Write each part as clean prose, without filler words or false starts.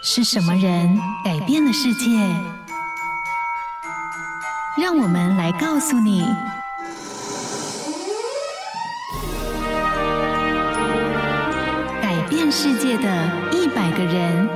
是什么人改变了世界？让我们来告诉你。改变世界的100个人。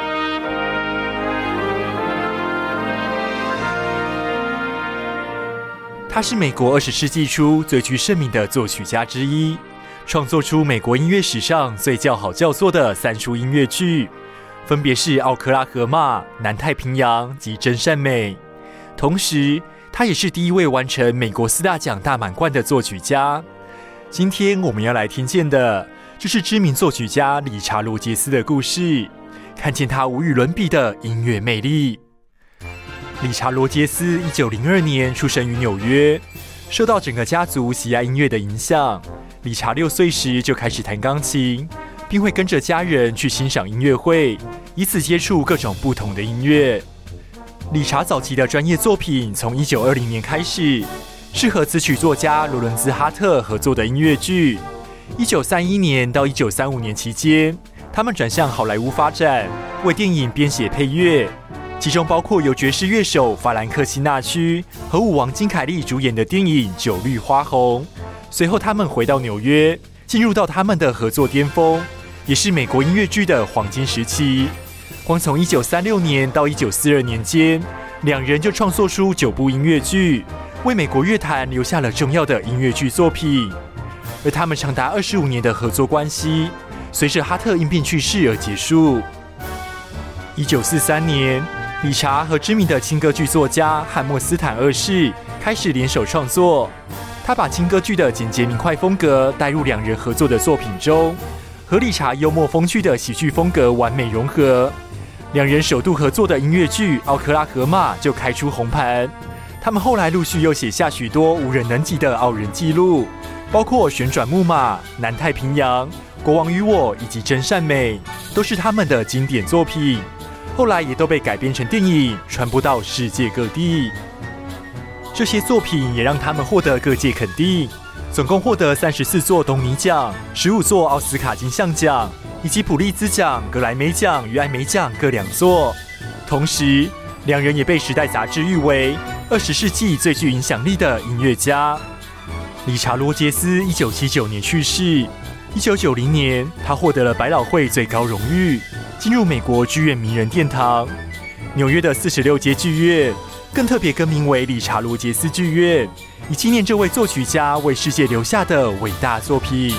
他是美国20世纪初最具盛名的作曲家之一，创作出美国音乐史上最叫好叫座的3出音乐剧，分别是《奥克拉荷马》、《南太平洋》及《真善美》。同时，他也是第一位完成美国4大奖大满贯的作曲家。今天我们要来听见的，就是知名作曲家理查·罗杰斯的故事，看见他无与伦比的音乐魅力。理查·罗杰斯1902年出生于纽约，受到整个家族喜爱音乐的影响。理查6岁时就开始弹钢琴，并会跟着家人去欣赏音乐会，以此接触各种不同的音乐。理查早期的专业作品从1920年开始，是和词曲作家罗伦兹·哈特合作的音乐剧。1931年到1935年期间，他们转向好莱坞发展，为电影编写配乐，其中包括由爵士乐手法兰克·辛纳屈和舞王金凯利主演的电影《九绿花红》。随后他们回到纽约，进入到他们的合作巅峰，也是美国音乐剧的黄金时期。光从1936年到1942年间，两人就创作出9部音乐剧，为美国乐坛留下了重要的音乐剧作品。而他们长达25年的合作关系，随着哈特因病去世而结束。1943年，理查和知名的轻歌剧作家汉默斯坦2世开始联手创作。他把轻歌剧的简洁明快风格带入两人合作的作品中，和理查幽默风趣的喜剧风格完美融合。两人首度合作的音乐剧《奥克拉荷马》就开出红盘。他们后来陆续又写下许多无人能及的傲人纪录，包括《旋转木马》、《南太平洋》、《国王与我》以及《真善美》，都是他们的经典作品。后来也都被改编成电影，传播到世界各地。这些作品也让他们获得各界肯定，总共获得34座东尼奖、15座奥斯卡金像奖，以及普利兹奖、格莱美奖与艾美奖各2座。同时，两人也被《时代》杂志誉为20世纪最具影响力的音乐家。理查·罗杰斯1979年去世，1990年他获得了百老汇最高荣誉，进入美国剧院名人殿堂。纽约的46街剧院更特别更名为理查·罗杰斯剧院，以纪念这位作曲家为世界留下的伟大作品。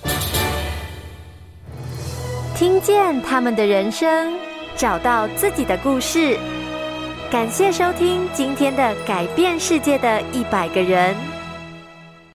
听见他们的人生，找到自己的故事。感谢收听今天的改变世界的100个人。